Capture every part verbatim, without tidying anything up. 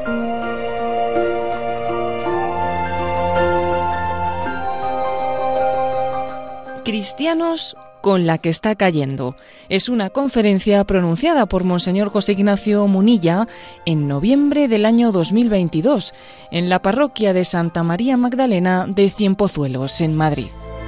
Cristianos con la que está cayendo. Es una conferencia pronunciada por Monseñor José Ignacio Munilla en noviembre del año dos mil veintidós en la parroquia de Santa María Magdalena de Cienpozuelos, en Madrid.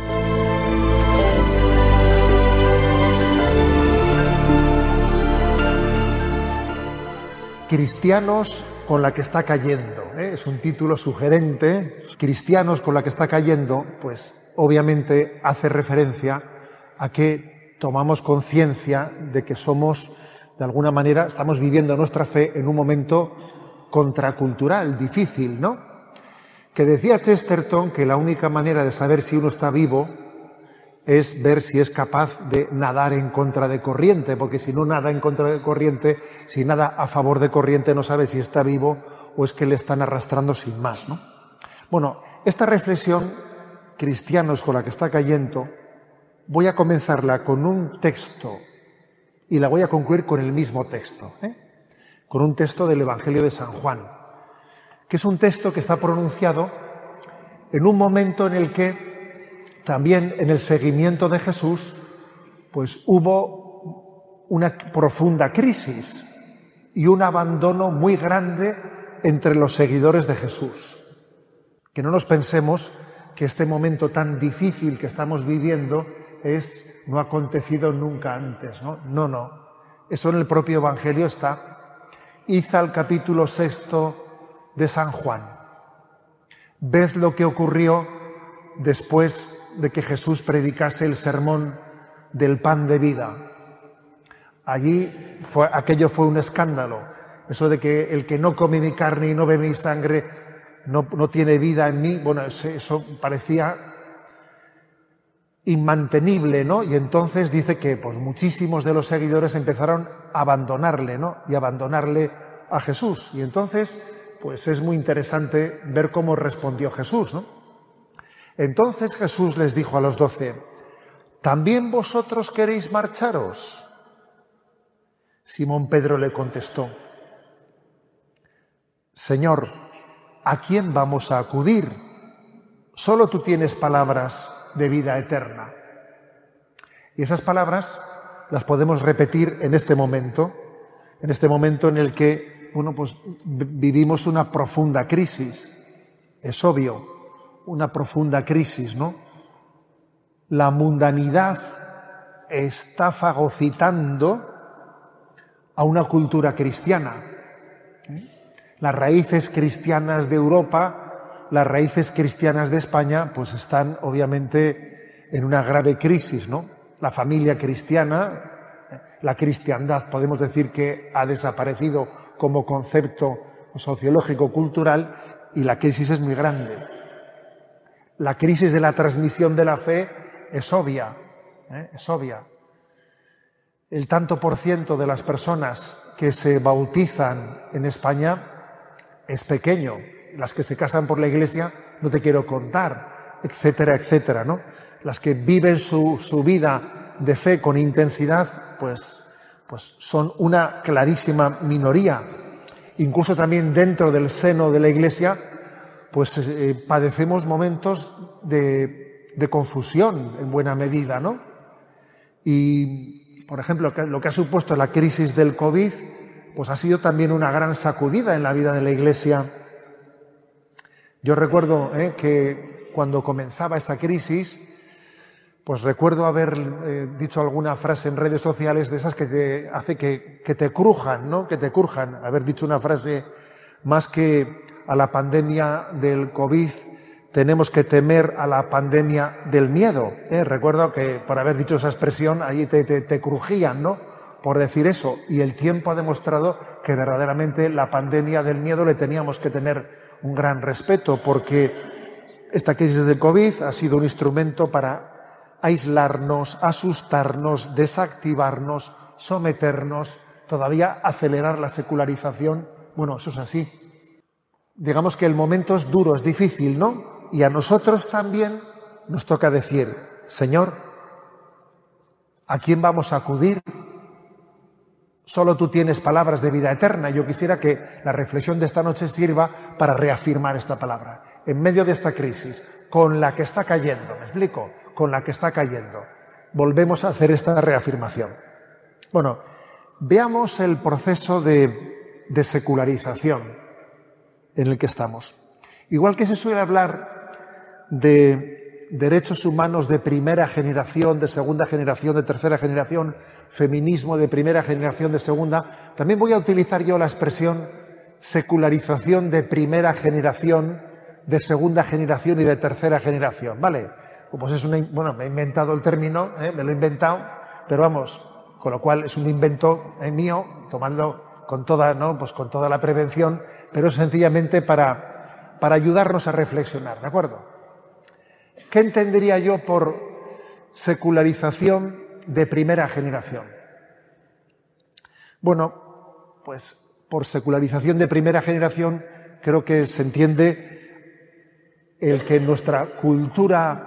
Cristianos con la que está cayendo, ¿eh? Es un título sugerente. Cristianos con la que está cayendo, pues obviamente hace referencia a que tomamos conciencia de que somos, de alguna manera, estamos viviendo nuestra fe en un momento contracultural, difícil, ¿no? Que decía Chesterton que la única manera de saber si uno está vivo es ver si es capaz de nadar en contra de corriente, porque si no nada en contra de corriente, si nada a favor de corriente, no sabe si está vivo o es que le están arrastrando sin más, ¿no? Bueno, esta reflexión, cristianos con la que está cayendo, voy a comenzarla con un texto y la voy a concluir con el mismo texto, ¿eh? Con un texto del Evangelio de San Juan, que es un texto que está pronunciado en un momento en el que también en el seguimiento de Jesús pues hubo una profunda crisis y un abandono muy grande entre los seguidores de Jesús. Que no nos pensemos que este momento tan difícil que estamos viviendo es, no ha acontecido nunca antes, ¿no? No, no. Eso en el propio Evangelio está. Id al capítulo sexto de San Juan. Ved lo que ocurrió después de que Jesús predicase el sermón del pan de vida. Allí fue, aquello fue un escándalo. Eso de que el que no come mi carne y no bebe mi sangre no, no tiene vida en mí, bueno, eso parecía inmantenible, ¿no? Y entonces dice que pues muchísimos de los seguidores empezaron a abandonarle, ¿no? Y abandonarle a Jesús. Y entonces, pues es muy interesante ver cómo respondió Jesús, ¿no? Entonces Jesús les dijo a los doce: ¿también vosotros queréis marcharos? Simón Pedro le contestó: Señor, ¿a quién vamos a acudir? Solo tú tienes palabras de vida eterna. Y esas palabras las podemos repetir en este momento, en este momento en el que, bueno, pues vivimos una profunda crisis. Es obvio, una profunda crisis, ¿no? La mundanidad está fagocitando a una cultura cristiana. ¿eh? Las raíces cristianas de Europa, las raíces cristianas de España, pues están obviamente en una grave crisis, ¿no? La familia cristiana, la cristiandad, podemos decir que ha desaparecido como concepto sociológico-cultural y la crisis es muy grande. La crisis de la transmisión de la fe es obvia, ¿eh? es obvia. El tanto por ciento de las personas que se bautizan en España es pequeño. Las que se casan por la Iglesia no te quiero contar, etcétera, etcétera, ¿no? Las que viven su, su vida de fe con intensidad, pues, pues son una clarísima minoría. Incluso también dentro del seno de la Iglesia, pues eh, padecemos momentos de, de confusión en buena medida, ¿no? Y, por ejemplo, lo que ha supuesto la crisis del COVID, pues ha sido también una gran sacudida en la vida de la Iglesia. Yo recuerdo eh, que cuando comenzaba esta crisis, pues recuerdo haber eh, dicho alguna frase en redes sociales de esas que te hace que, que te crujan, ¿no? Que te crujan. Haber dicho una frase: más que a la pandemia del COVID, tenemos que temer a la pandemia del miedo. ¿eh? Recuerdo que por haber dicho esa expresión, ahí te, te, te crujían, ¿no? Por decir eso. Y el tiempo ha demostrado que verdaderamente la pandemia del miedo le teníamos que tener un gran respeto, porque esta crisis del COVID ha sido un instrumento para aislarnos, asustarnos, desactivarnos, someternos, todavía acelerar la secularización. Bueno, eso es así. Digamos que el momento es duro, es difícil, ¿no? Y a nosotros también nos toca decir: Señor, ¿a quién vamos a acudir? solo tú tienes palabras de vida eterna. Yo quisiera que la reflexión de esta noche sirva para reafirmar esta palabra. En medio de esta crisis, con la que está cayendo, ¿me explico? Con la que está cayendo. Volvemos a hacer esta reafirmación. Bueno, veamos el proceso de, de secularización en el que estamos. Igual que se suele hablar de derechos humanos de primera generación, de segunda generación, de tercera generación, feminismo de primera generación, de segunda, también voy a utilizar yo la expresión secularización de primera generación, de segunda generación y de tercera generación, ¿vale? Pues es una, bueno, me he inventado el término, ¿eh? me lo he inventado, pero vamos, con lo cual es un invento eh, mío, tomando con toda, ¿no? Pues con toda la prevención, pero sencillamente para, para ayudarnos a reflexionar, ¿de acuerdo? ¿Qué entendería yo por secularización de primera generación? Bueno, pues por secularización de primera generación creo que se entiende el que nuestra cultura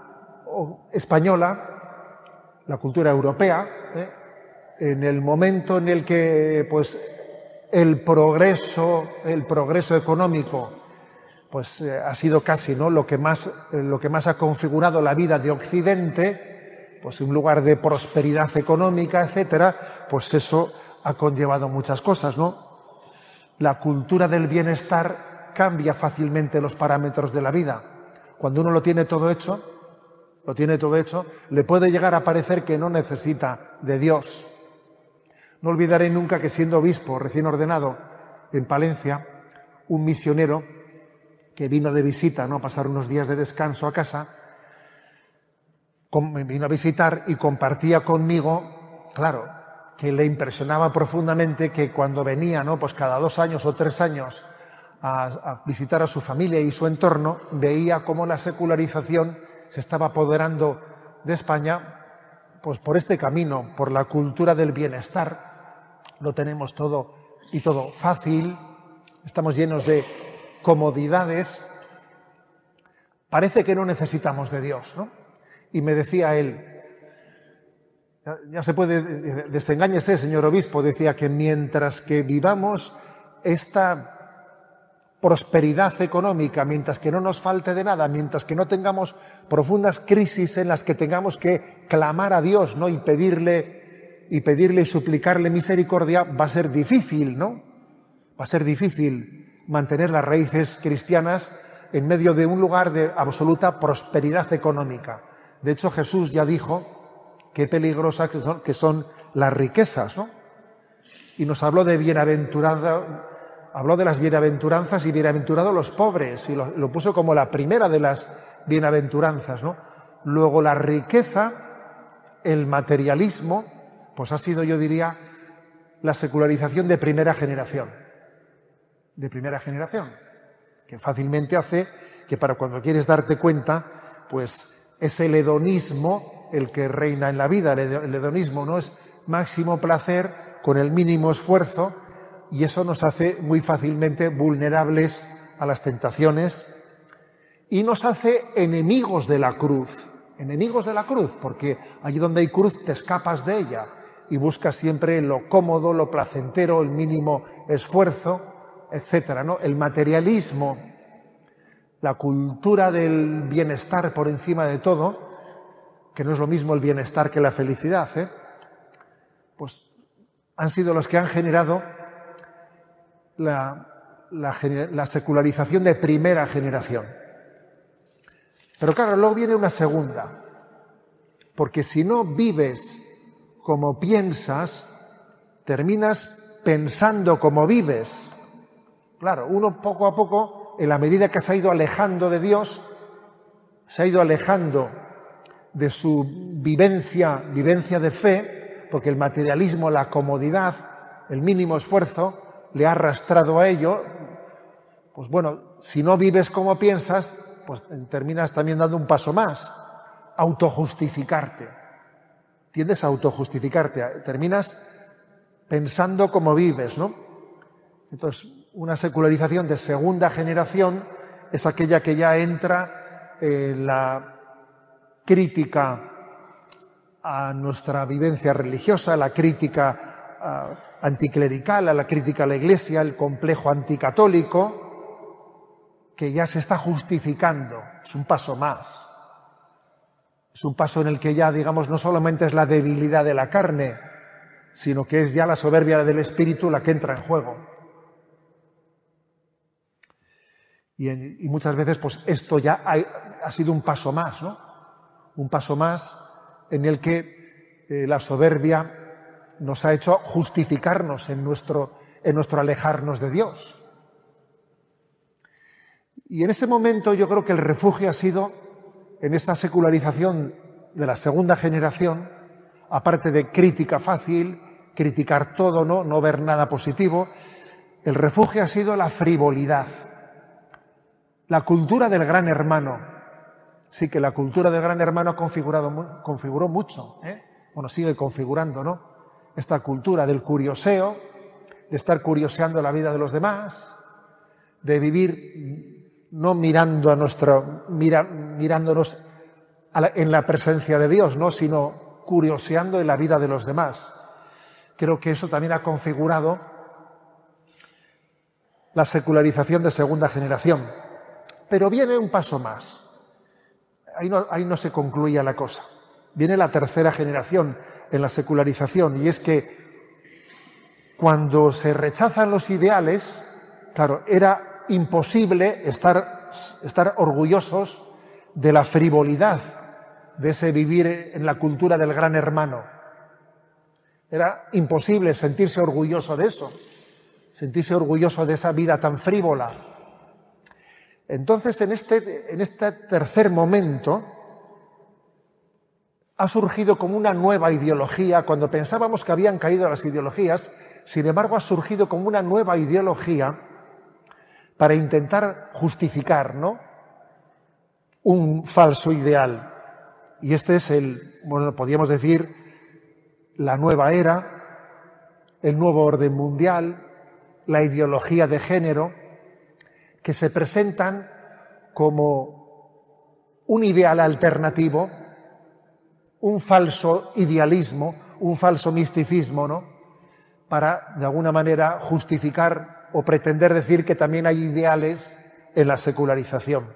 española, la cultura europea, ¿eh? en el momento en el que pues el progreso, el progreso económico, pues eh, ha sido casi, ¿no?, lo que más, eh, lo que más ha configurado la vida de Occidente, pues un lugar de prosperidad económica, etcétera, pues eso ha conllevado muchas cosas, ¿no? La cultura del bienestar cambia fácilmente los parámetros de la vida. Cuando uno lo tiene todo hecho, lo tiene todo hecho, le puede llegar a parecer que no necesita de Dios. No olvidaré nunca que siendo obispo recién ordenado en Palencia, un misionero que vino de visita, ¿no?, a pasar unos días de descanso a casa, me vino a visitar y compartía conmigo, claro, que le impresionaba profundamente que cuando venía, ¿no?, pues cada dos años o tres años a, a visitar a su familia y su entorno, veía cómo la secularización se estaba apoderando de España, pues por este camino, por la cultura del bienestar. Lo tenemos todo y todo fácil, estamos llenos de comodidades, parece que no necesitamos de Dios, ¿no? Y me decía él, ya, ya se puede, desengáñese, señor obispo, decía que mientras que vivamos esta prosperidad económica, mientras que no nos falte de nada, mientras que no tengamos profundas crisis en las que tengamos que clamar a Dios, ¿no?, y pedirle y pedirle y suplicarle misericordia, va a ser difícil, ¿no? Va a ser difícil mantener las raíces cristianas en medio de un lugar de absoluta prosperidad económica. De hecho, Jesús ya dijo qué peligrosas que son, que son las riquezas, ¿no? Y nos habló de bienaventurada, habló de las bienaventuranzas y bienaventurados los pobres, y lo, lo puso como la primera de las bienaventuranzas, ¿no? Luego la riqueza, el materialismo, pues ha sido, yo diría, la secularización de primera generación. de primera generación, que fácilmente hace que para cuando quieres darte cuenta, pues es el hedonismo el que reina en la vida. El hedonismo no es máximo placer con el mínimo esfuerzo, y eso nos hace muy fácilmente vulnerables a las tentaciones y nos hace enemigos de la cruz. Enemigos de la cruz, porque allí donde hay cruz te escapas de ella y buscas siempre lo cómodo, lo placentero, el mínimo esfuerzo, etcétera, ¿no? El materialismo, la cultura del bienestar por encima de todo, que no es lo mismo el bienestar que la felicidad, ¿eh? Pues han sido los que han generado la, la, la secularización de primera generación. Pero claro, luego viene una segunda, porque si no vives como piensas, terminas pensando como vives. Claro, uno poco a poco, en la medida que se ha ido alejando de Dios, se ha ido alejando de su vivencia, vivencia de fe, porque el materialismo, la comodidad, el mínimo esfuerzo, le ha arrastrado a ello. Pues bueno, si no vives como piensas, pues terminas también dando un paso más, autojustificarte. Tiendes a autojustificarte, terminas pensando como vives, ¿no? Entonces, una secularización de segunda generación es aquella que ya entra en la crítica a nuestra vivencia religiosa, la crítica uh, anticlerical, a la crítica a la Iglesia, el complejo anticatólico, que ya se está justificando. Es un paso más. Es un paso en el que ya, digamos, no solamente es la debilidad de la carne, sino que es ya la soberbia del espíritu la que entra en juego. Y, en, y muchas veces, pues esto ya ha, ha sido un paso más, ¿no? Un paso más en el que eh, la soberbia nos ha hecho justificarnos en nuestro, en nuestro alejarnos de Dios. Y en ese momento yo creo que el refugio ha sido, en esta secularización de la segunda generación, aparte de crítica fácil, criticar todo, no, no ver nada positivo, el refugio ha sido la frivolidad, la cultura del gran hermano. Sí que la cultura del gran hermano ha configurado, configuró mucho, ¿eh? Bueno, sigue configurando, ¿no? Esta cultura del curioseo, de estar curioseando la vida de los demás, de vivir no mirando a nuestra, mira, mirándonos a la, en la presencia de Dios, ¿no? Sino curioseando en la vida de los demás. Creo que eso también ha configurado la secularización de segunda generación. Pero viene un paso más. Ahí no, ahí no se concluía la cosa. Viene la tercera generación en la secularización, y es que cuando se rechazan los ideales, claro, era imposible estar, estar orgullosos de la frivolidad de ese vivir en la cultura del gran hermano. Era imposible sentirse orgulloso de eso, sentirse orgulloso de esa vida tan frívola. Entonces, en este, en este tercer momento, ha surgido como una nueva ideología. Cuando pensábamos que habían caído las ideologías, sin embargo, ha surgido como una nueva ideología para intentar justificar, ¿no?, un falso ideal. Y este es el, bueno, podríamos decir, la nueva era, el nuevo orden mundial, la ideología de género, que se presentan como un ideal alternativo, un falso idealismo, un falso misticismo, ¿no?, para, de alguna manera, justificar o pretender decir que también hay ideales en la secularización.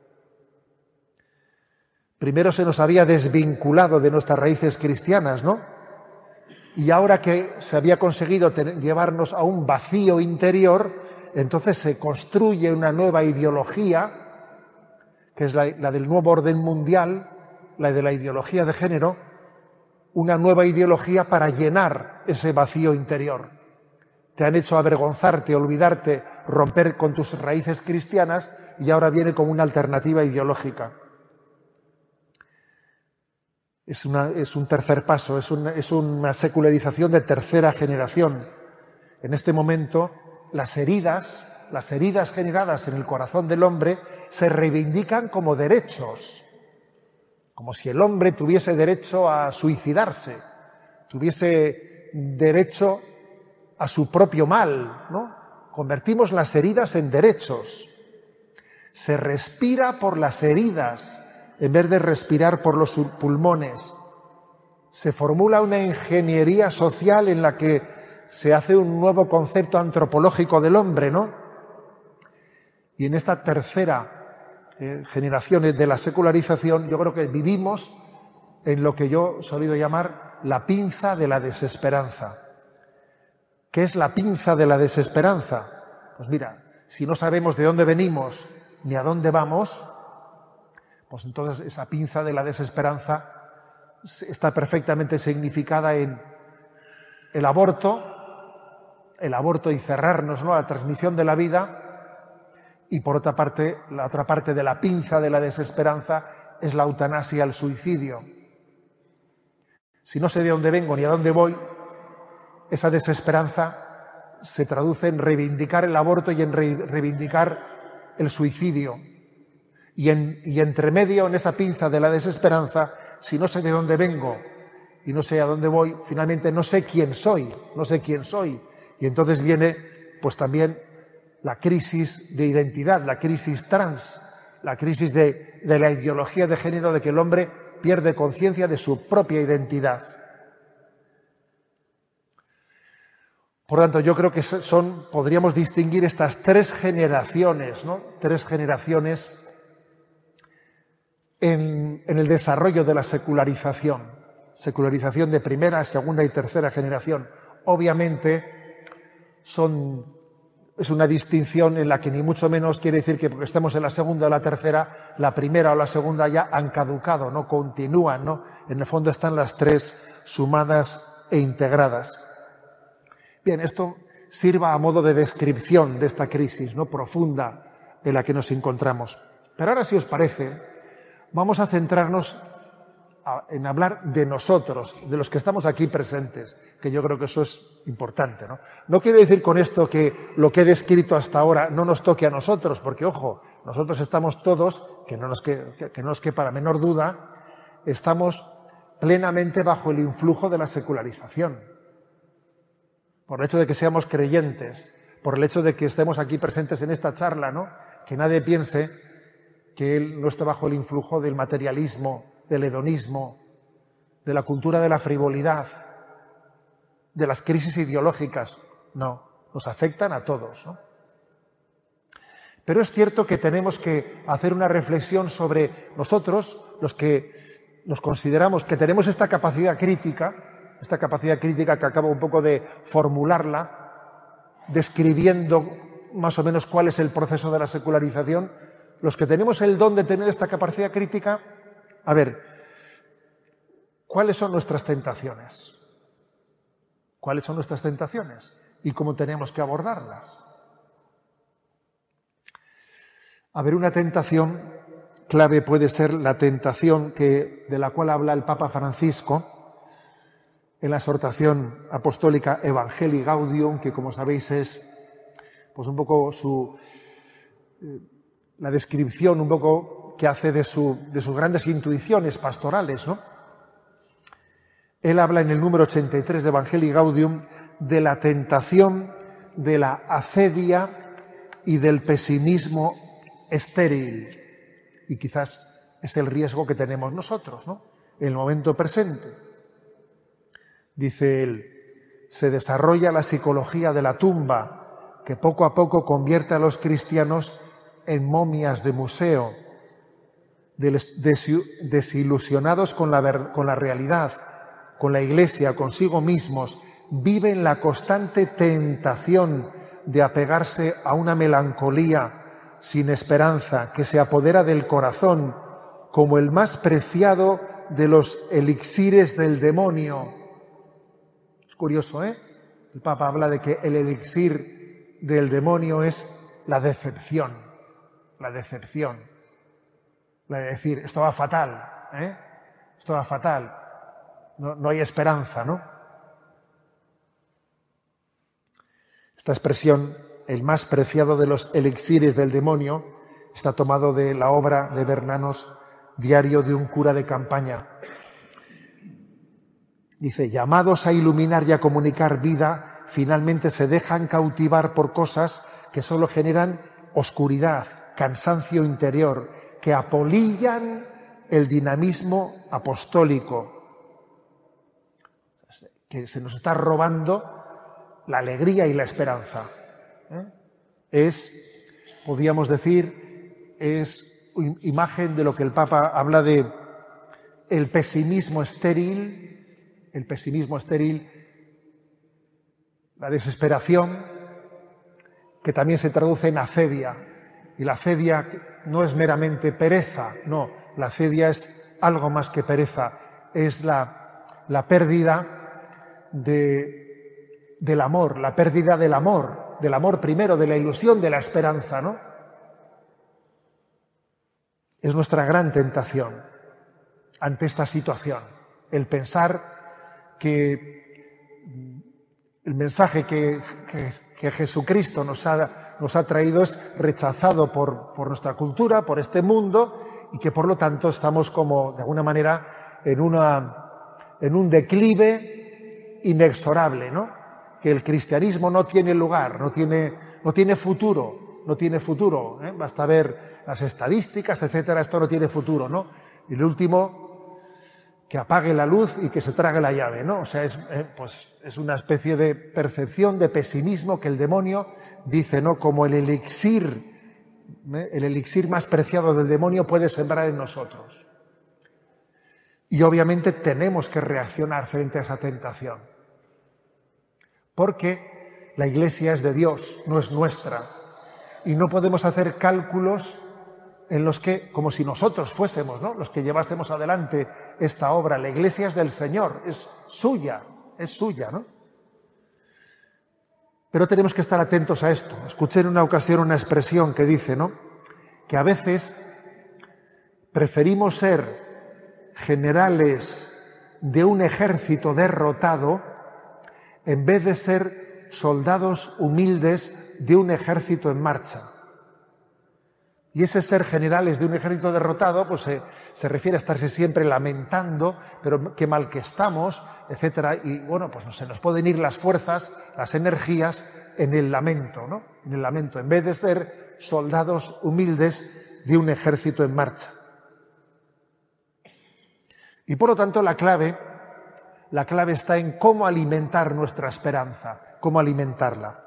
Primero se nos había desvinculado de nuestras raíces cristianas, ¿no? Y ahora que se había conseguido tener, llevarnos a un vacío interior, entonces se construye una nueva ideología, que es la, la del nuevo orden mundial, la de la ideología de género, una nueva ideología para llenar ese vacío interior. Te han hecho avergonzarte, olvidarte, romper con tus raíces cristianas, y ahora viene como una alternativa ideológica. Es, una, es un tercer paso, es una, es una secularización de tercera generación. En este momento, las heridas, las heridas generadas en el corazón del hombre se reivindican como derechos, como si el hombre tuviese derecho a suicidarse, tuviese derecho a su propio mal, ¿no? Convertimos las heridas en derechos. Se respira por las heridas en vez de respirar por los pulmones. Se formula una ingeniería social en la que se hace un nuevo concepto antropológico del hombre, ¿no? Y en esta tercera eh, generación de la secularización, yo creo que vivimos en lo que yo he solido llamar la pinza de la desesperanza. ¿Qué es la pinza de la desesperanza? Pues mira, si no sabemos de dónde venimos ni a dónde vamos, pues entonces esa pinza de la desesperanza está perfectamente significada en el aborto, el aborto y cerrarnos, ¿no?, a la transmisión de la vida, y por otra parte, la otra parte de la pinza de la desesperanza es la eutanasia, el suicidio. Si no sé de dónde vengo ni a dónde voy, esa desesperanza se traduce en reivindicar el aborto y en reivindicar el suicidio. Y, en, y entre medio, en esa pinza de la desesperanza, si no sé de dónde vengo y no sé a dónde voy, finalmente no sé quién soy, no sé quién soy. Y entonces viene, pues también, la crisis de identidad, la crisis trans, la crisis de, de la ideología de género, de que el hombre pierde conciencia de su propia identidad. Por lo tanto, yo creo que son, podríamos distinguir estas tres generaciones, ¿no? Tres generaciones en, en el desarrollo de la secularización. Secularización de primera, segunda y tercera generación. Obviamente, son, es una distinción en la que ni mucho menos quiere decir que porque estemos en la segunda o la tercera, la primera o la segunda ya han caducado, no continúan, ¿no? En el fondo están las tres sumadas e integradas. Bien, esto sirva a modo de descripción de esta crisis, ¿no?, profunda en la que nos encontramos. Pero ahora, si os parece, vamos a centrarnos a, en hablar de nosotros, de los que estamos aquí presentes, que yo creo que eso es importante, ¿no? No quiero decir con esto que lo que he descrito hasta ahora no nos toque a nosotros, porque, ojo, nosotros estamos todos, que no nos, que, que no nos quepa la menor duda, estamos plenamente bajo el influjo de la secularización. Por el hecho de que seamos creyentes, por el hecho de que estemos aquí presentes en esta charla, ¿no? Que nadie piense que él no está bajo el influjo del materialismo, del hedonismo, de la cultura de la frivolidad, de las crisis ideológicas. No, nos afectan a todos, ¿no? Pero es cierto que tenemos que hacer una reflexión sobre nosotros, los que nos consideramos que tenemos esta capacidad crítica, esta capacidad crítica que acabo un poco de formularla, describiendo más o menos cuál es el proceso de la secularización. Los que tenemos el don de tener esta capacidad crítica, a ver, ¿cuáles son nuestras tentaciones? ¿Cuáles son nuestras tentaciones? ¿Y cómo tenemos que abordarlas? A ver, una tentación clave puede ser la tentación que, de la cual habla el Papa Francisco en la exhortación apostólica Evangelii Gaudium, que, como sabéis, es pues un poco su eh, la descripción un poco que hace de, su, de sus grandes intuiciones pastorales, ¿no? Él habla en el número ochenta y tres de Evangelii Gaudium de la tentación de la acedia y del pesimismo estéril. Y quizás es el riesgo que tenemos nosotros, ¿no?, en el momento presente. Dice él, se desarrolla la psicología de la tumba, que poco a poco convierte a los cristianos en momias de museo, desilusionados con la, con la realidad, con la Iglesia, consigo mismos, viven la constante tentación de apegarse a una melancolía sin esperanza que se apodera del corazón como el más preciado de los elixires del demonio. Curioso, ¿eh? El Papa habla de que el elixir del demonio es la decepción, la decepción. La de decir, esto va fatal, ¿eh? Esto va fatal, no, no hay esperanza, ¿no? Esta expresión, el más preciado de los elixires del demonio, está tomado de la obra de Bernanos, Diario de un cura de campaña. Dice, llamados a iluminar y a comunicar vida, finalmente se dejan cautivar por cosas que solo generan oscuridad, cansancio interior, que apolillan el dinamismo apostólico, que se nos está robando la alegría y la esperanza. ¿Eh? Es, podríamos decir, es imagen de lo que el Papa habla de el pesimismo estéril, el pesimismo estéril, la desesperación, que también se traduce en acedia. Y la acedia no es meramente pereza, no, la acedia es algo más que pereza, es la, la pérdida de, del amor, la pérdida del amor, del amor primero, de la ilusión, de la esperanza, ¿no? Es nuestra gran tentación ante esta situación, el pensar que el mensaje que, que, que Jesucristo nos ha, nos ha traído es rechazado por, por nuestra cultura, por este mundo, y que por lo tanto estamos como, de alguna manera, en, una, en un declive inexorable, ¿no? Que el cristianismo no tiene lugar, no tiene, no tiene futuro, no tiene futuro, ¿eh? Basta ver las estadísticas, etcétera, esto no tiene futuro, ¿no? Y el último, que apague la luz y que se trague la llave, ¿no? O sea, es, eh, pues, es una especie de percepción de pesimismo que el demonio dice, ¿no? Como el elixir, ¿eh? el elixir más preciado del demonio puede sembrar en nosotros. Y obviamente tenemos que reaccionar frente a esa tentación. Porque la Iglesia es de Dios, no es nuestra. Y no podemos hacer cálculos en los que, como si nosotros fuésemos, ¿no?, los que llevásemos adelante esta obra. La Iglesia es del Señor, es suya, es suya, ¿no? Pero tenemos que estar atentos a esto. Escuché en una ocasión una expresión que dice, ¿no?, que a veces preferimos ser generales de un ejército derrotado en vez de ser soldados humildes de un ejército en marcha. Y ese ser generales de un ejército derrotado, pues se, se refiere a estarse siempre lamentando, pero qué mal que estamos, etcétera. Y bueno, pues se nos pueden ir las fuerzas, las energías en el lamento, ¿no? En el lamento, en vez de ser soldados humildes de un ejército en marcha. Y por lo tanto la clave, la clave está en cómo alimentar nuestra esperanza, cómo alimentarla.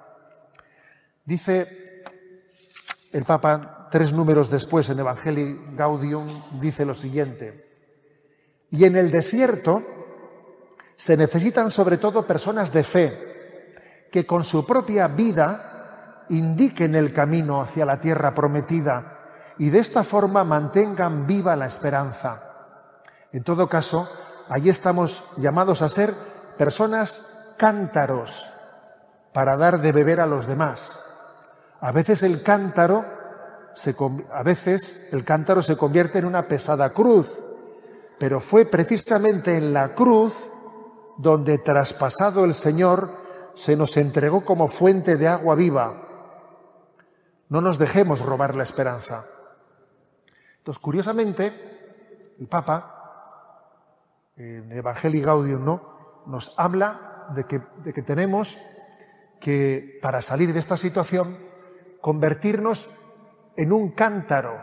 Dice el Papa, tres números después, en Evangelii Gaudium, dice lo siguiente: y en el desierto se necesitan sobre todo personas de fe, que con su propia vida indiquen el camino hacia la tierra prometida y de esta forma mantengan viva la esperanza. En todo caso, allí estamos llamados a ser personas cántaros para dar de beber a los demás. A veces el cántaro se, a veces el cántaro se convierte en una pesada cruz, pero fue precisamente en la cruz donde, traspasado el Señor, se nos entregó como fuente de agua viva. No nos dejemos robar la esperanza. Entonces, curiosamente, el Papa, en Evangelii Gaudium, ¿no?, nos habla de que, de que tenemos que, para salir de esta situación, convertirnos en un cántaro.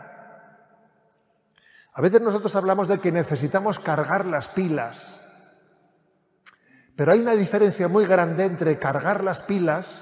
A veces nosotros hablamos de que necesitamos cargar las pilas, pero hay una diferencia muy grande entre cargar las pilas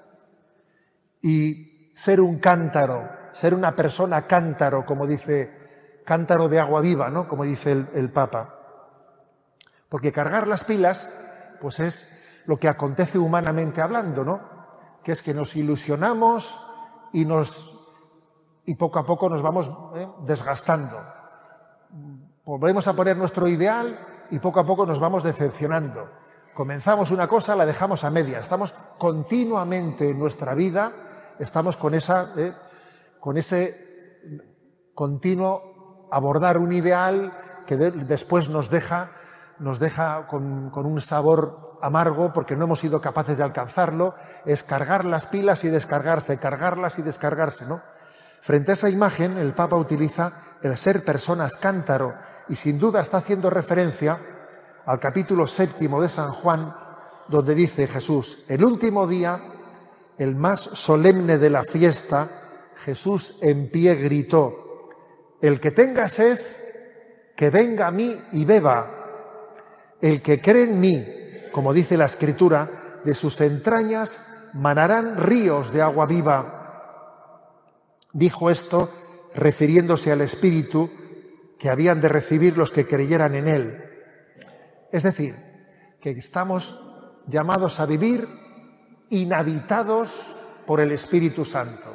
y ser un cántaro, ser una persona cántaro, como dice, cántaro de agua viva, ¿no?, como dice el, el Papa. Porque cargar las pilas, pues es lo que acontece humanamente hablando, ¿no?, que es que nos ilusionamos y nos y poco a poco nos vamos eh, desgastando. Volvemos a poner nuestro ideal y poco a poco nos vamos decepcionando. Comenzamos una cosa, la dejamos a media. Estamos continuamente en nuestra vida, estamos con esa, eh, con ese continuo abordar un ideal que de, después nos deja, nos deja con, con un sabor amargo porque no hemos sido capaces de alcanzarlo. Es cargar las pilas y descargarse, cargarlas y descargarse, ¿no? Frente a esa imagen, el Papa utiliza el ser personas cántaro y sin duda está haciendo referencia al capítulo séptimo de San Juan, donde dice Jesús: el último día, el más solemne de la fiesta, Jesús en pie gritó: el que tenga sed, que venga a mí y beba. El que cree en mí, como dice la Escritura, de sus entrañas manarán ríos de agua viva. Dijo esto refiriéndose al Espíritu que habían de recibir los que creyeran en Él. Es decir, que estamos llamados a vivir inhabitados por el Espíritu Santo.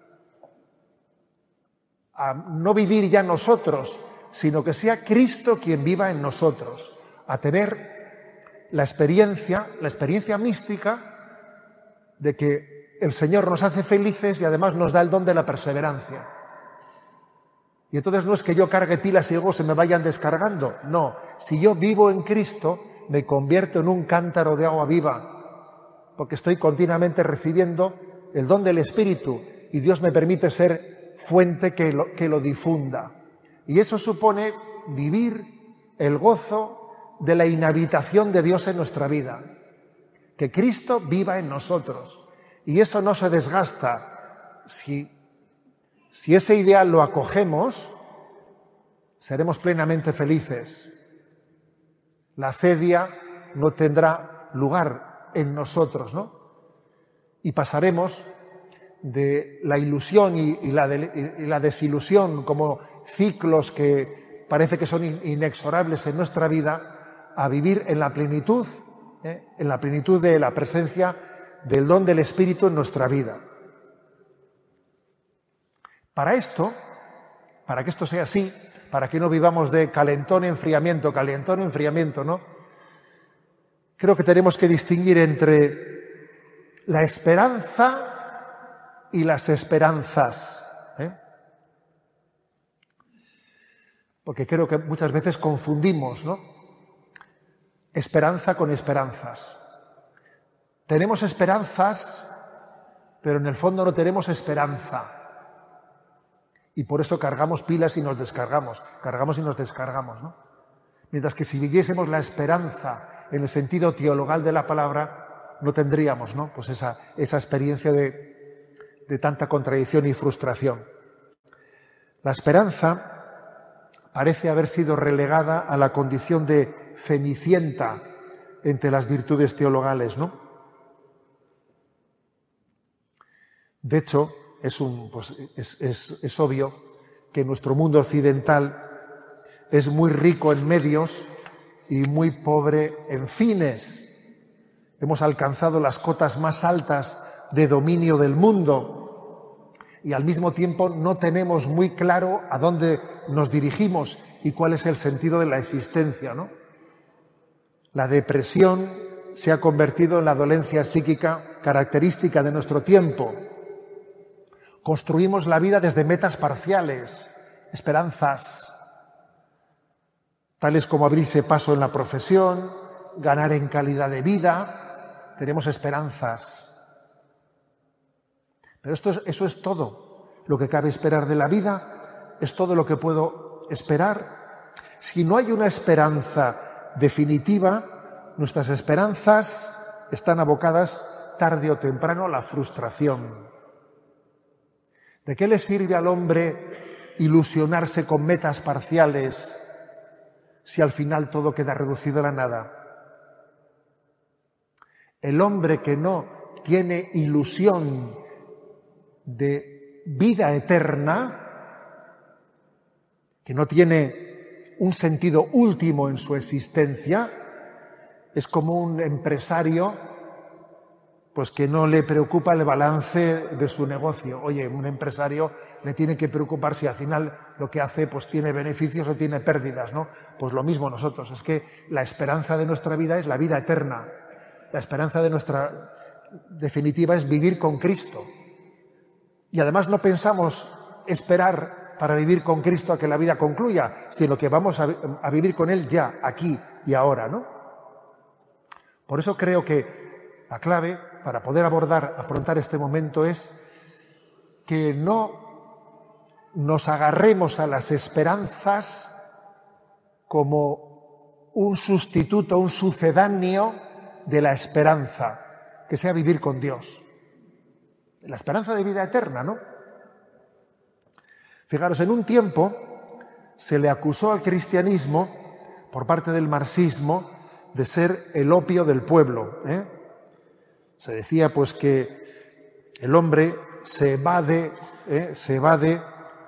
A no vivir ya nosotros, sino que sea Cristo quien viva en nosotros. A tener la experiencia, la experiencia mística de que el Señor nos hace felices y además nos da el don de la perseverancia. Y entonces no es que yo cargue pilas y luego se me vayan descargando. No, si yo vivo en Cristo, me convierto en un cántaro de agua viva, porque estoy continuamente recibiendo el don del Espíritu y Dios me permite ser fuente que lo, que lo difunda. Y eso supone vivir el gozo de la inhabitación de Dios en nuestra vida. Que Cristo viva en nosotros. Y eso no se desgasta. Si, si ese ideal lo acogemos, seremos plenamente felices. La acedia no tendrá lugar en nosotros, ¿no? Y pasaremos de la ilusión y, y, la, de, y la desilusión como ciclos que parece que son inexorables en nuestra vida, a vivir en la plenitud, ¿eh? en la plenitud de la presencia del don del Espíritu en nuestra vida. Para esto, para que esto sea así, para que no vivamos de calentón, enfriamiento, calentón, enfriamiento, ¿no? Creo que tenemos que distinguir entre la esperanza y las esperanzas, ¿eh? Porque creo que muchas veces confundimos, ¿no? Esperanza con esperanzas. Tenemos esperanzas, pero en el fondo no tenemos esperanza. Y por eso cargamos pilas y nos descargamos, cargamos y nos descargamos, ¿no? Mientras que si viviésemos la esperanza en el sentido teologal de la palabra, no tendríamos, ¿no? Pues esa, esa experiencia de, de tanta contradicción y frustración. La esperanza parece haber sido relegada a la condición de cenicienta entre las virtudes teologales, ¿no? De hecho, es, un, pues, es, es, es obvio que nuestro mundo occidental es muy rico en medios y muy pobre en fines. Hemos alcanzado las cotas más altas de dominio del mundo y al mismo tiempo no tenemos muy claro a dónde nos dirigimos y cuál es el sentido de la existencia, ¿no? La depresión se ha convertido en la dolencia psíquica característica de nuestro tiempo. Construimos la vida desde metas parciales, esperanzas, tales como abrirse paso en la profesión, ganar en calidad de vida. Tenemos esperanzas. Pero esto es, eso es todo lo que cabe esperar de la vida, es todo lo que puedo esperar. Si no hay una esperanza definitiva, nuestras esperanzas están abocadas tarde o temprano a la frustración. ¿De qué le sirve al hombre ilusionarse con metas parciales si al final todo queda reducido a la nada? El hombre que no tiene ilusión de vida eterna, que no tiene un sentido último en su existencia, es como un empresario pues que no le preocupa el balance de su negocio. Oye, un empresario le tiene que preocupar si al final lo que hace pues tiene beneficios o tiene pérdidas, ¿no? Pues lo mismo nosotros, es que la esperanza de nuestra vida es la vida eterna. La esperanza de nuestra definitiva es vivir con Cristo. Y además no pensamos esperar para vivir con Cristo a que la vida concluya, sino que vamos a, a vivir con Él ya, aquí y ahora, ¿no? Por eso creo que la clave para poder abordar, afrontar este momento es que no nos agarremos a las esperanzas como un sustituto, un sucedáneo de la esperanza, que sea vivir con Dios. La esperanza de vida eterna, ¿no? Fijaros, en un tiempo se le acusó al cristianismo, por parte del marxismo, de ser el opio del pueblo, ¿eh? Se decía pues que el hombre se evade, ¿eh? se evade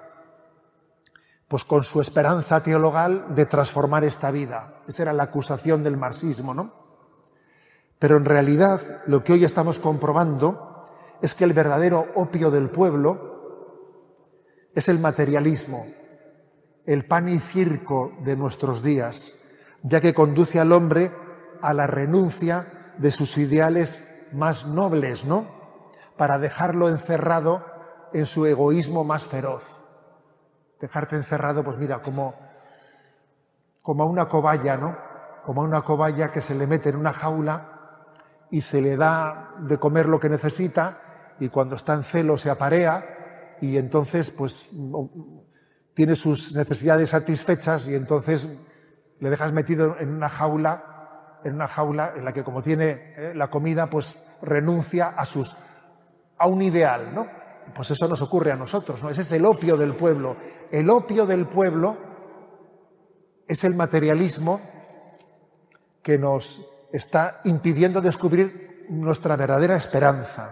pues con su esperanza teologal de transformar esta vida. Esa era la acusación del marxismo, ¿no? Pero en realidad lo que hoy estamos comprobando es que el verdadero opio del pueblo es el materialismo, el pan y circo de nuestros días, ya que conduce al hombre a la renuncia de sus ideales más nobles, ¿no? Para dejarlo encerrado en su egoísmo más feroz. Dejarte encerrado, pues mira, como, como a una cobaya, ¿no? Como a una cobaya que se le mete en una jaula y se le da de comer lo que necesita y cuando está en celo se aparea y entonces pues tiene sus necesidades satisfechas y entonces le dejas metido en una jaula en una jaula en la que como tiene eh, la comida, pues renuncia a sus a un ideal, ¿no? Pues eso nos ocurre a nosotros, ¿no? Ese es el opio del pueblo. El opio del pueblo es el materialismo que nos está impidiendo descubrir nuestra verdadera esperanza.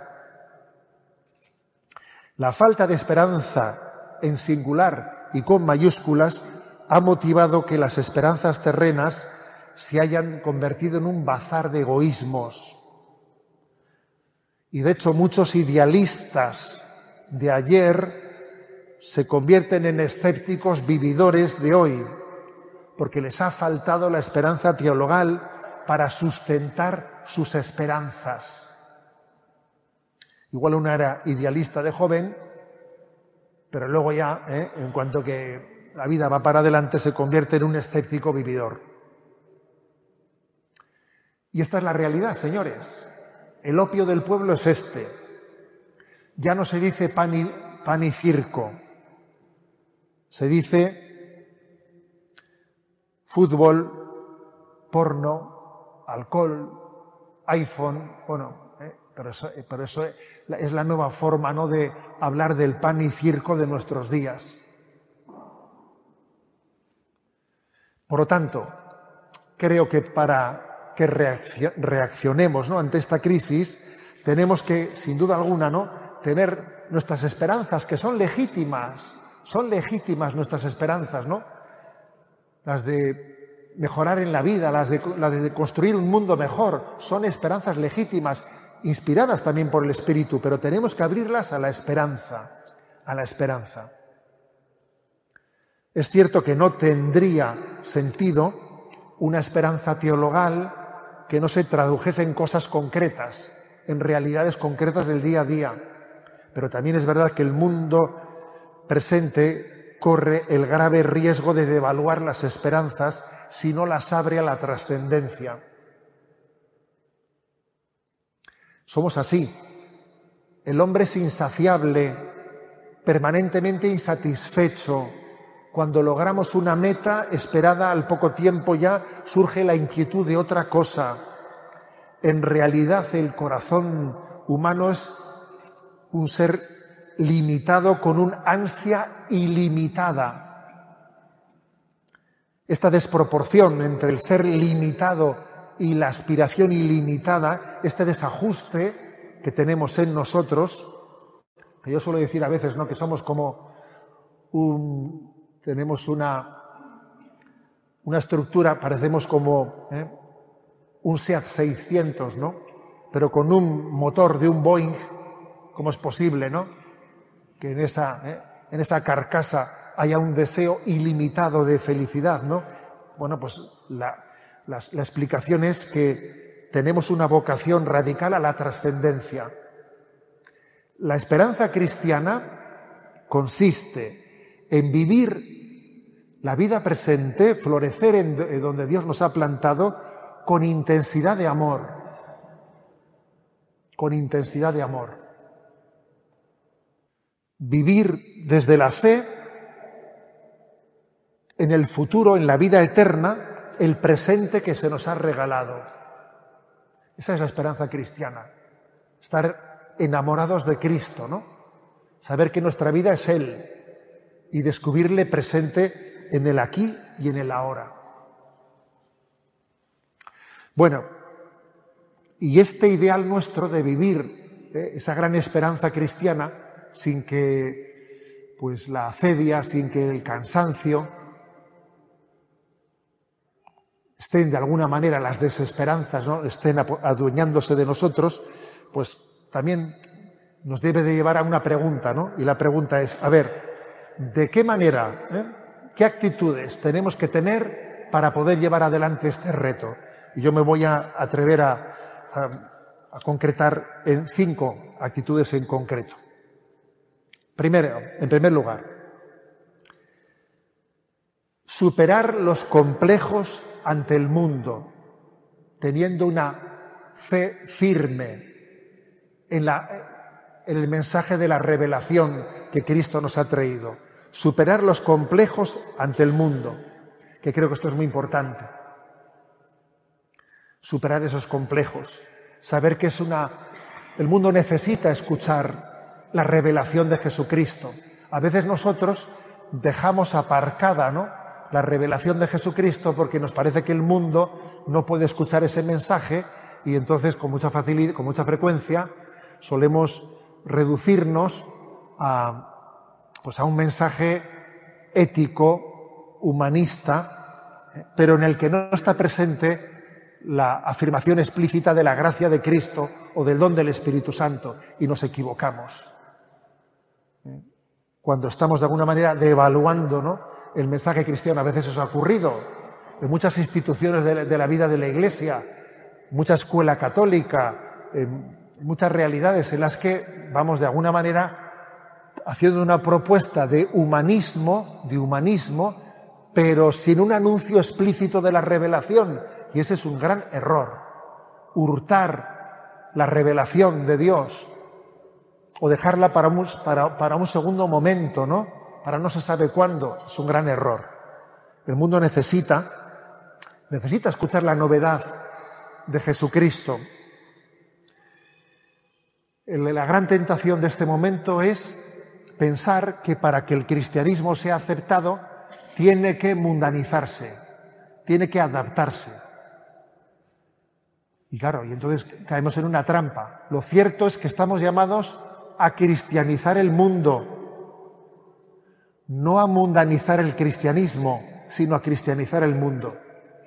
La falta de esperanza en singular y con mayúsculas ha motivado que las esperanzas terrenas se hayan convertido en un bazar de egoísmos. Y de hecho muchos idealistas de ayer se convierten en escépticos vividores de hoy, porque les ha faltado la esperanza teologal para sustentar sus esperanzas. Igual uno era idealista de joven, pero luego ya, ¿eh? en cuanto que la vida va para adelante, se convierte en un escéptico vividor. Y esta es la realidad, señores. El opio del pueblo es este. Ya no se dice pan y, pan y circo. Se dice fútbol, porno, alcohol, iPhone, bueno... Pero eso, pero eso es la nueva forma, ¿no?, de hablar del pan y circo de nuestros días. Por lo tanto, creo que para que reaccionemos, ¿no?, ante esta crisis, tenemos que, sin duda alguna, ¿no?, tener nuestras esperanzas, que son legítimas, son legítimas nuestras esperanzas, ¿no? Las de mejorar en la vida, las de, las de construir un mundo mejor, son esperanzas legítimas, inspiradas también por el Espíritu, pero tenemos que abrirlas a la esperanza, a la esperanza. Es cierto que no tendría sentido una esperanza teologal que no se tradujese en cosas concretas, en realidades concretas del día a día, pero también es verdad que el mundo presente corre el grave riesgo de devaluar las esperanzas si no las abre a la trascendencia. Somos así. El hombre es insaciable, permanentemente insatisfecho. Cuando logramos una meta esperada, al poco tiempo ya surge la inquietud de otra cosa. En realidad, el corazón humano es un ser limitado con un ansia ilimitada. Esta desproporción entre el ser limitado y la aspiración ilimitada, este desajuste que tenemos en nosotros, que yo suelo decir a veces, ¿no?, que somos como un, tenemos una, una estructura, parecemos como ¿eh? un SEAT seiscientos, ¿no?, pero con un motor de un Boeing. ¿Cómo es posible, no?, que en esa, ¿eh? en esa carcasa haya un deseo ilimitado de felicidad, ¿no? Bueno, pues la La, la explicación es que tenemos una vocación radical a la trascendencia. La esperanza cristiana consiste en vivir la vida presente, florecer en donde Dios nos ha plantado, con intensidad de amor. Con intensidad de amor. Vivir desde la fe en el futuro, en la vida eterna, el presente que se nos ha regalado. Esa es la esperanza cristiana. Estar enamorados de Cristo, ¿no? Saber que nuestra vida es Él y descubrirle presente en el aquí y en el ahora. Bueno, y este ideal nuestro de vivir ¿eh? esa gran esperanza cristiana sin que pues la acedia, sin que el cansancio estén de alguna manera, las desesperanzas, ¿no?, estén adueñándose de nosotros, pues también nos debe de llevar a una pregunta, ¿no? Y la pregunta es, a ver, ¿de qué manera, eh, qué actitudes tenemos que tener para poder llevar adelante este reto? Y yo me voy a atrever a, a, a concretar en cinco actitudes en concreto. Primero, en primer lugar, superar los complejos ante el mundo, teniendo una fe firme en, la, en el mensaje de la revelación que Cristo nos ha traído. Superar los complejos ante el mundo, que creo que esto es muy importante. Superar esos complejos, saber que es una... El mundo necesita escuchar la revelación de Jesucristo. A veces nosotros dejamos aparcada, ¿no?, la revelación de Jesucristo porque nos parece que el mundo no puede escuchar ese mensaje y entonces con mucha facilidad, con mucha frecuencia solemos reducirnos a, pues a un mensaje ético, humanista, pero en el que no está presente la afirmación explícita de la gracia de Cristo o del don del Espíritu Santo, y nos equivocamos. Cuando estamos de alguna manera devaluando, ¿no?, el mensaje cristiano. A veces eso ha ocurrido en muchas instituciones de la, de la vida de la Iglesia, mucha escuela católica, en muchas realidades en las que vamos de alguna manera haciendo una propuesta de humanismo, de humanismo, pero sin un anuncio explícito de la revelación. Y ese es un gran error. Hurtar la revelación de Dios o dejarla para un, para, para un segundo momento, ¿no?, para no se sabe cuándo, es un gran error. El mundo necesita, necesita escuchar la novedad de Jesucristo. La gran tentación de este momento es pensar que para que el cristianismo sea aceptado tiene que mundanizarse, tiene que adaptarse. Y claro, y entonces caemos en una trampa. Lo cierto es que estamos llamados a cristianizar el mundo, no a mundanizar el cristianismo, sino a cristianizar el mundo.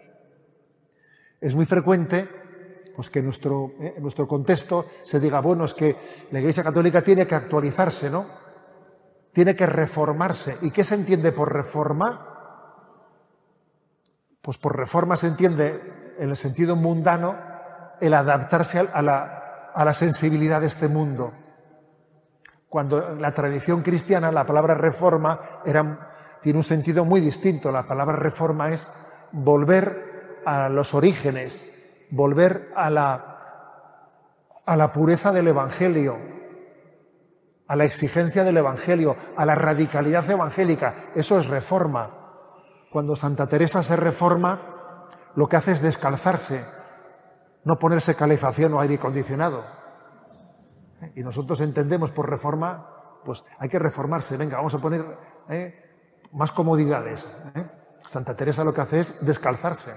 Es muy frecuente pues, que en nuestro, eh, en nuestro contexto se diga, bueno, es que la Iglesia Católica tiene que actualizarse, ¿no? Tiene que reformarse. ¿Y qué se entiende por reforma? Pues por reforma se entiende, en el sentido mundano, el adaptarse a la, a la sensibilidad de este mundo. Cuando la tradición cristiana, la palabra reforma era, tiene un sentido muy distinto. La palabra reforma es volver a los orígenes, volver a la, a la pureza del Evangelio, a la exigencia del Evangelio, a la radicalidad evangélica. Eso es reforma. Cuando Santa Teresa se reforma, lo que hace es descalzarse, no ponerse calefacción o aire acondicionado. Y nosotros entendemos por reforma, pues hay que reformarse, venga, vamos a poner eh, más comodidades. ¿eh? Santa Teresa lo que hace es descalzarse.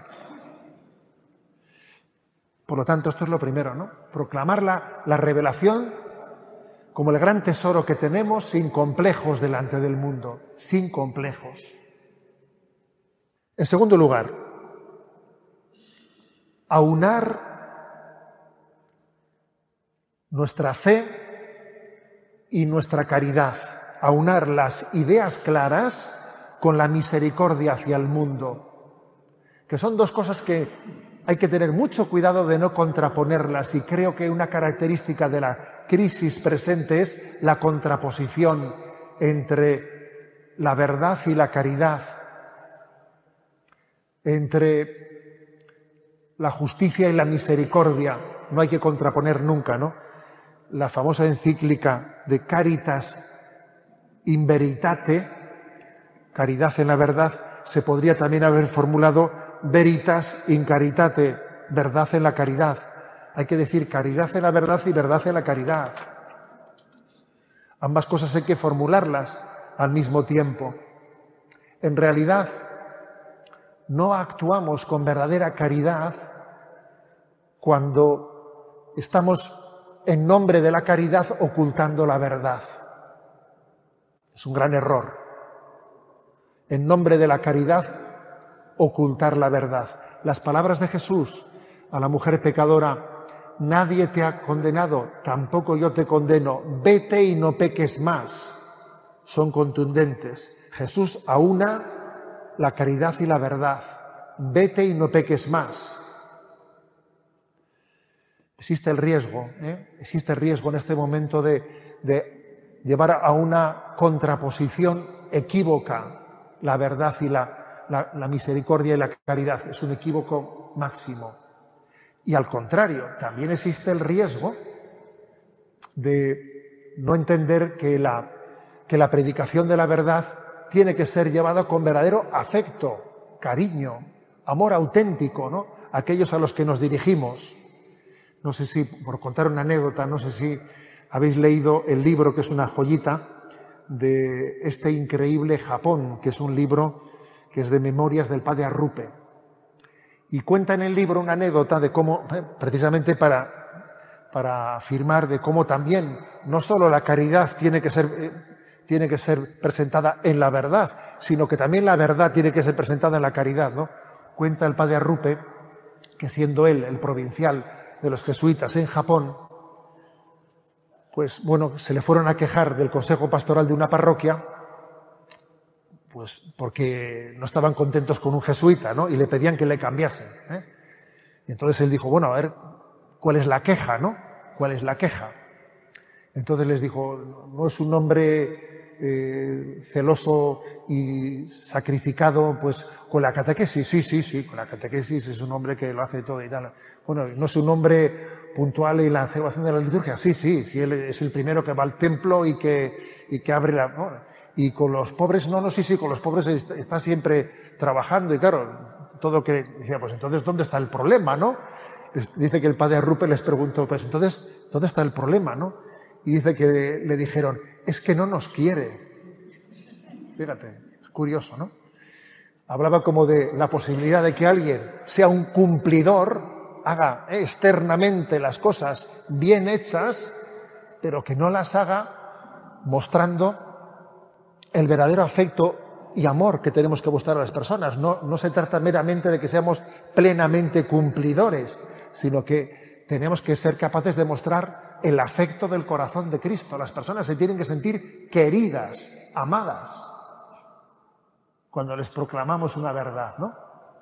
Por lo tanto, esto es lo primero, ¿no? Proclamar la, la revelación como el gran tesoro que tenemos sin complejos delante del mundo, sin complejos. En segundo lugar, aunar nuestra fe y nuestra caridad, aunar las ideas claras con la misericordia hacia el mundo, que son dos cosas que hay que tener mucho cuidado de no contraponerlas, y creo que una característica de la crisis presente es la contraposición entre la verdad y la caridad, entre la justicia y la misericordia. No hay que contraponer nunca, ¿no? La famosa encíclica de Caritas in Veritate, caridad en la verdad, se podría también haber formulado Veritas in Caritate, verdad en la caridad. Hay que decir caridad en la verdad y verdad en la caridad. Ambas cosas hay que formularlas al mismo tiempo. En realidad, no actuamos con verdadera caridad cuando estamos en nombre de la caridad ocultando la verdad. Es un gran error. En nombre de la caridad ocultar la verdad. Las palabras de Jesús a la mujer pecadora, nadie te ha condenado, tampoco yo te condeno, vete y no peques más, son contundentes. Jesús aúna la caridad y la verdad. Vete y no peques más. Existe el riesgo, ¿eh? existe el riesgo en este momento de, de llevar a una contraposición equívoca la verdad y la, la, la misericordia y la caridad. Es un equívoco máximo. Y al contrario, también existe el riesgo de no entender que la, que la predicación de la verdad tiene que ser llevada con verdadero afecto, cariño, amor auténtico, ¿no? Aquellos a los que nos dirigimos. No sé si, por contar una anécdota, no sé si habéis leído el libro, que es una joyita, de este increíble Japón, que es un libro que es de Memorias del padre Arrupe. Y cuenta en el libro una anécdota de cómo, precisamente para, para afirmar de cómo también no solo la caridad tiene que ser, eh, tiene que ser presentada en la verdad, sino que también la verdad tiene que ser presentada en la caridad, ¿no? Cuenta el padre Arrupe que siendo él el provincial de los jesuitas en Japón, pues bueno, se le fueron a quejar del consejo pastoral de una parroquia, pues porque no estaban contentos con un jesuita, ¿no? Y le pedían que le cambiasen, ¿eh? Y entonces él dijo, bueno, a ver, ¿cuál es la queja, no? ¿Cuál es la queja? Entonces les dijo, no es un hombre eh, celoso y sacrificado, pues con la catequesis, sí, sí, sí, con la catequesis es un hombre que lo hace todo y tal. Bueno, no es un hombre puntual en la celebración de la liturgia, sí, sí, sí, él es el primero que va al templo y que, y que abre la... ¿no? Y con los pobres, no, no, sí, sí, con los pobres está, está siempre trabajando y claro, todo que decía, pues entonces, ¿dónde está el problema, no? Dice que el padre Arrupe les preguntó, pues entonces, ¿dónde está el problema, no? Y dice que le dijeron, es que no nos quiere. Fíjate, es curioso, ¿no? Hablaba como de la posibilidad de que alguien sea un cumplidor, haga externamente las cosas bien hechas, pero que no las haga mostrando el verdadero afecto y amor que tenemos que mostrar a las personas. No, no se trata meramente de que seamos plenamente cumplidores, sino que tenemos que ser capaces de mostrar el afecto del corazón de Cristo. Las personas se tienen que sentir queridas, amadas, cuando les proclamamos una verdad, ¿no?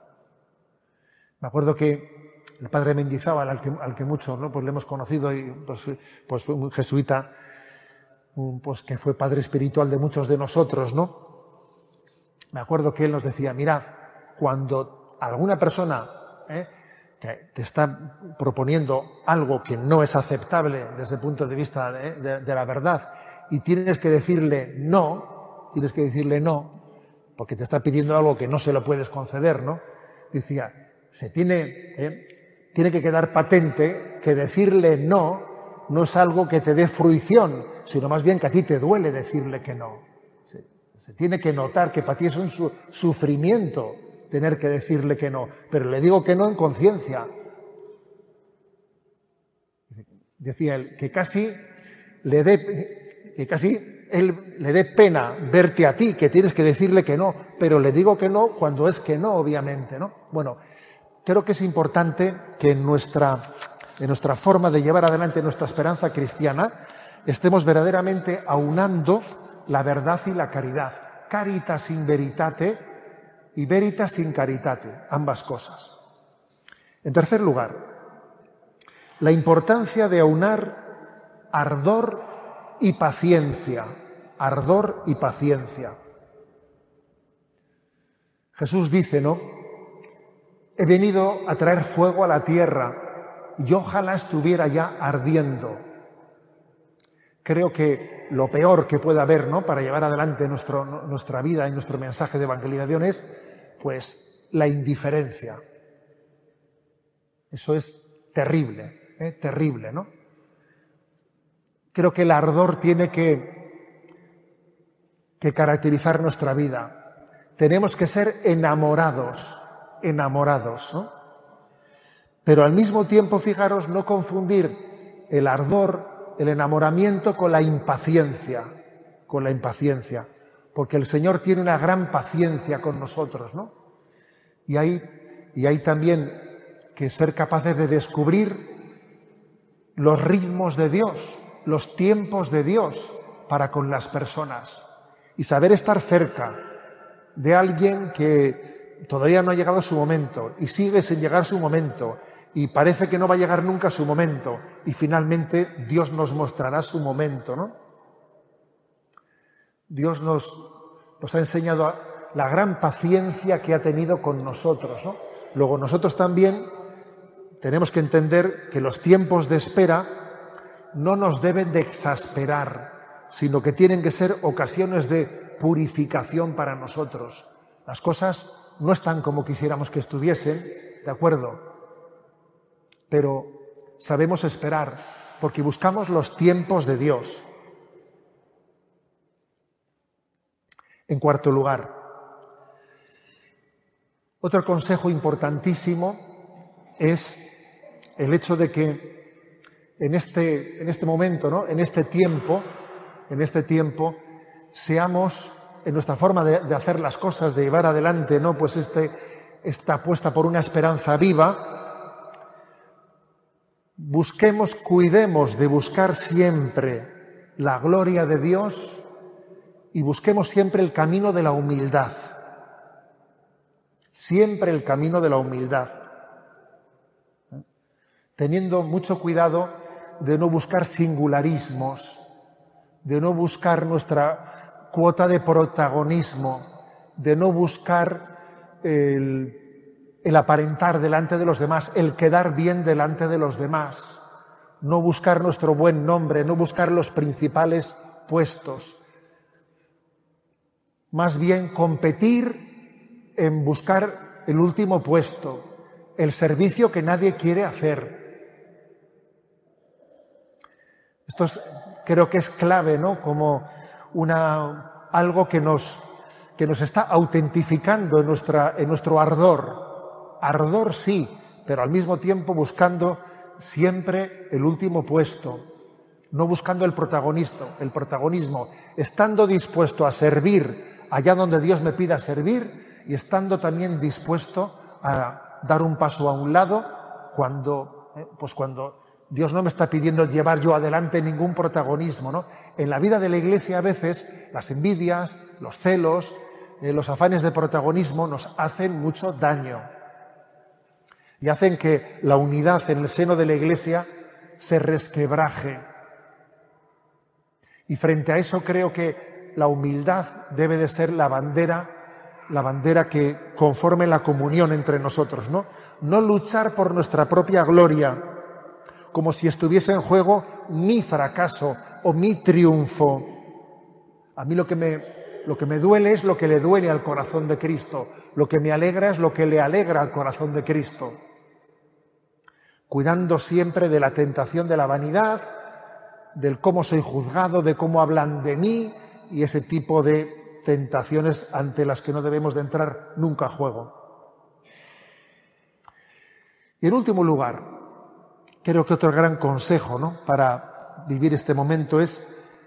Me acuerdo que el padre Mendizábal, al que, al que muchos, ¿no?, pues le hemos conocido, y pues, pues fue un jesuita, un, pues que fue padre espiritual de muchos de nosotros, ¿no? Me acuerdo que él nos decía, mirad, cuando alguna persona ¿eh? que te está proponiendo algo que no es aceptable desde el punto de vista de, de, de la verdad y tienes que decirle no, tienes que decirle no, porque te está pidiendo algo que no se lo puedes conceder, ¿no? Decía, se tiene, ¿eh? tiene que quedar patente que decirle no no es algo que te dé fruición, sino más bien que a ti te duele decirle que no. Se, se tiene que notar que para ti es un su, sufrimiento tener que decirle que no, pero le digo que no en conciencia. Decía él, que casi le dé, que casi él le dé pena verte a ti, que tienes que decirle que no, pero le digo que no cuando es que no, obviamente, ¿no? Bueno, creo que es importante que en nuestra, en nuestra forma de llevar adelante nuestra esperanza cristiana estemos verdaderamente aunando la verdad y la caridad. Caritas in veritate y veritas in caritate, ambas cosas. En tercer lugar, la importancia de aunar ardor y paciencia, ardor y paciencia. Jesús dice, ¿no? He venido a traer fuego a la tierra y ojalá estuviera ya ardiendo. Creo que lo peor que puede haber, ¿no?, para llevar adelante nuestro, nuestra vida y nuestro mensaje de evangelización es, pues, la indiferencia. Eso es terrible, ¿eh? terrible, ¿no? Creo que el ardor tiene que, que caracterizar nuestra vida. Tenemos que ser enamorados, enamorados, ¿no? Pero al mismo tiempo, fijaros, no confundir el ardor, el enamoramiento con la impaciencia, con la impaciencia, porque el Señor tiene una gran paciencia con nosotros, ¿no? Y hay, y hay también que ser capaces de descubrir los ritmos de Dios, los tiempos de Dios para con las personas y saber estar cerca de alguien que todavía no ha llegado su momento y sigue sin llegar su momento y parece que no va a llegar nunca su momento y finalmente Dios nos mostrará su momento, ¿no? Dios nos, nos ha enseñado la gran paciencia que ha tenido con nosotros, ¿no? Luego nosotros también tenemos que entender que los tiempos de espera no nos deben de exasperar, sino que tienen que ser ocasiones de purificación para nosotros. Las cosas no están como quisiéramos que estuviesen, ¿de acuerdo? Pero sabemos esperar, porque buscamos los tiempos de Dios. En cuarto lugar, Otro consejo importantísimo es el hecho de que en este, en este momento, ¿no? en este tiempo, en este tiempo, seamos, en nuestra forma de, de hacer las cosas, de llevar adelante, ¿no? pues este, esta apuesta por una esperanza viva, busquemos, cuidemos de buscar siempre la gloria de Dios y busquemos siempre el camino de la humildad. Siempre el camino de la humildad. Teniendo mucho cuidado de no buscar singularismos, de no buscar nuestra cuota de protagonismo, de no buscar el, el aparentar delante de los demás, el quedar bien delante de los demás, no buscar nuestro buen nombre, no buscar los principales puestos. Más bien competir en buscar el último puesto, el servicio que nadie quiere hacer. Esto es, creo que es clave, ¿no? Como una, algo que nos, que nos está autentificando en, nuestra, en nuestro ardor. Ardor sí, pero al mismo tiempo buscando siempre el último puesto, no buscando el protagonista, el protagonismo, estando dispuesto a servir allá donde Dios me pida servir y estando también dispuesto a dar un paso a un lado cuando, eh, pues cuando Dios no me está pidiendo llevar yo adelante ningún protagonismo, ¿no? En la vida de la Iglesia a veces las envidias, los celos, eh, los afanes de protagonismo nos hacen mucho daño y hacen que la unidad en el seno de la Iglesia se resquebraje. Y frente a eso creo que la humildad debe de ser la bandera la bandera que conforme la comunión entre nosotros, ¿no? No luchar por nuestra propia gloria, como si estuviese en juego mi fracaso o mi triunfo. A mí lo que me, lo que me duele es lo que le duele al corazón de Cristo, lo que me alegra es lo que le alegra al corazón de Cristo. Cuidando siempre de la tentación de la vanidad, del cómo soy juzgado, de cómo hablan de mí y ese tipo de tentaciones ante las que no debemos de entrar nunca a juego. Y en último lugar, creo que otro gran consejo, ¿no? para vivir este momento es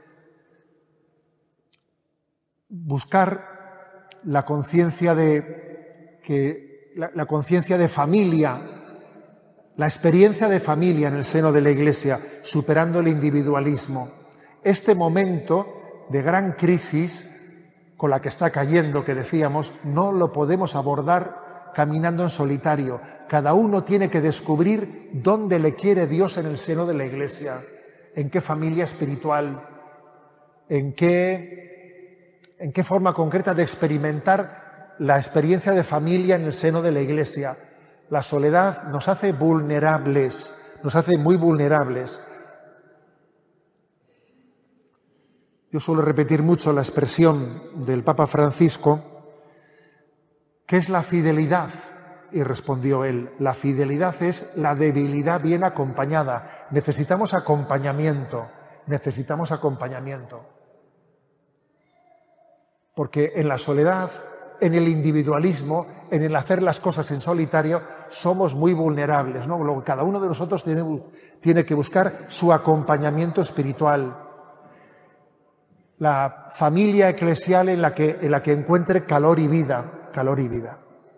buscar la conciencia de que la, la conciencia de familia, la experiencia de familia en el seno de la Iglesia, superando el individualismo. Este momento de gran crisis con la que está cayendo, que decíamos, no lo podemos abordar caminando en solitario. Cada uno tiene que descubrir dónde le quiere Dios en el seno de la Iglesia, en qué familia espiritual, en qué, en qué forma concreta de experimentar la experiencia de familia en el seno de la Iglesia. La soledad nos hace vulnerables, nos hace muy vulnerables. Yo suelo repetir mucho la expresión del Papa Francisco, ¿qué es la fidelidad? Y respondió él, la fidelidad es la debilidad bien acompañada. Necesitamos acompañamiento, necesitamos acompañamiento. Porque en la soledad, en el individualismo, en el hacer las cosas en solitario, somos muy vulnerables, ¿no? Luego, cada uno de nosotros tiene, tiene que buscar su acompañamiento espiritual. La familia eclesial en la que, en la que encuentre calor y vida, calor y vida.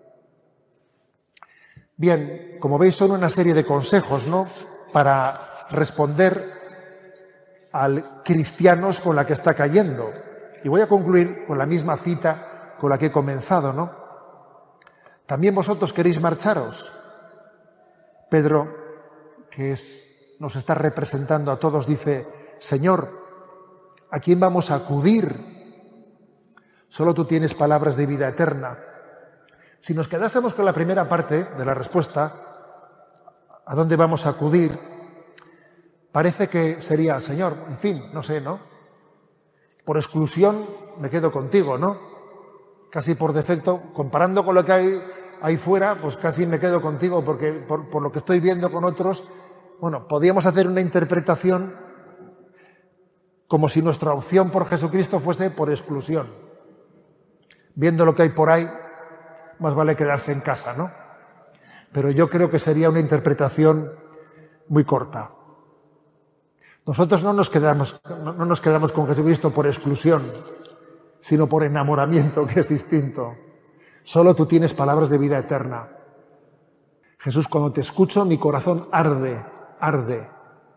Bien, como veis son una serie de consejos, ¿no? Para responder al cristianos con la que está cayendo. Y voy a concluir con la misma cita con la que he comenzado, ¿no? También vosotros queréis marcharos. Pedro, que es, nos está representando a todos, dice, Señor, ¿a quién vamos a acudir? Solo tú tienes palabras de vida eterna. Si nos quedásemos con la primera parte de la respuesta, ¿a dónde vamos a acudir? Parece que sería, Señor, en fin, no sé, ¿no? Por exclusión me quedo contigo, ¿no? Casi por defecto, comparando con lo que hay ahí fuera, pues casi me quedo contigo, porque por, por lo que estoy viendo con otros, bueno, podríamos hacer una interpretación como si nuestra opción por Jesucristo fuese por exclusión. Viendo lo que hay por ahí, más vale quedarse en casa, ¿no? Pero yo creo que sería una interpretación muy corta. Nosotros no nos quedamos, no nos quedamos con Jesucristo por exclusión, sino por enamoramiento, que es distinto. Solo tú tienes palabras de vida eterna. Jesús, cuando te escucho, mi corazón arde, arde.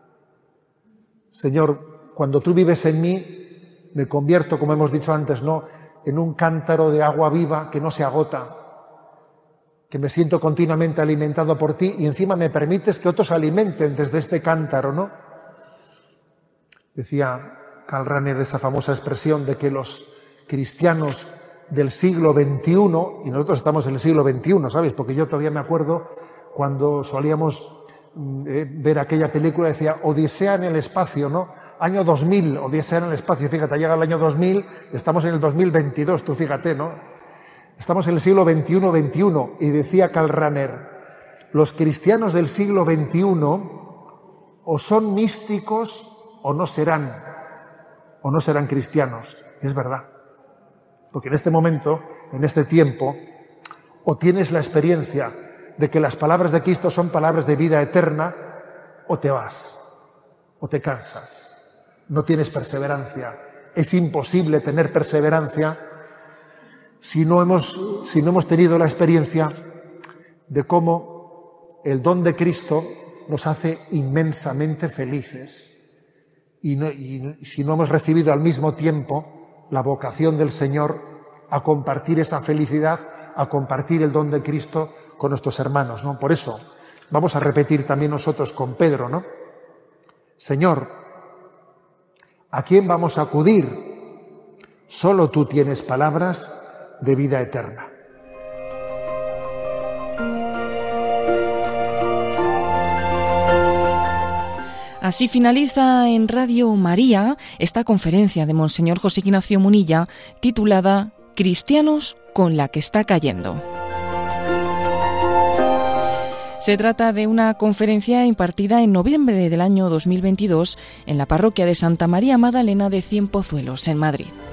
Señor, cuando tú vives en mí, me convierto, como hemos dicho antes, ¿no?, en un cántaro de agua viva que no se agota, que me siento continuamente alimentado por ti y encima me permites que otros alimenten desde este cántaro, ¿no? Decía Karl Rahner esa famosa expresión de que los cristianos del siglo veintiuno, y nosotros estamos en el siglo veintiuno, ¿sabes? Porque yo todavía me acuerdo cuando solíamos eh, ver aquella película, decía Odisea en el espacio, ¿no? Año dos mil, Odisea en el espacio, fíjate, llega el año dos mil, estamos en el dos mil veintidós, tú fíjate, ¿no? Estamos en el siglo veintiuno veintiuno, y decía Karl Rahner, los cristianos del siglo veintiuno o son místicos o no serán, o no serán cristianos. Y es verdad, porque en este momento, en este tiempo, o tienes la experiencia de que las palabras de Cristo son palabras de vida eterna, o te vas, o te cansas. No tienes perseverancia. Es imposible tener perseverancia si no hemos, si no hemos tenido la experiencia de cómo el don de Cristo nos hace inmensamente felices. Y, no, y si no hemos recibido al mismo tiempo la vocación del Señor a compartir esa felicidad, a compartir el don de Cristo con nuestros hermanos, ¿no? Por eso vamos a repetir también nosotros con Pedro, ¿no? Señor, ¿a quién vamos a acudir? Solo tú tienes palabras de vida eterna. Así finaliza en Radio María esta conferencia de Monseñor José Ignacio Munilla titulada Cristianos con la que está cayendo. Se trata de una conferencia impartida en noviembre del año dos mil veintidós en la parroquia de Santa María Magdalena de Cienpozuelos, en Madrid.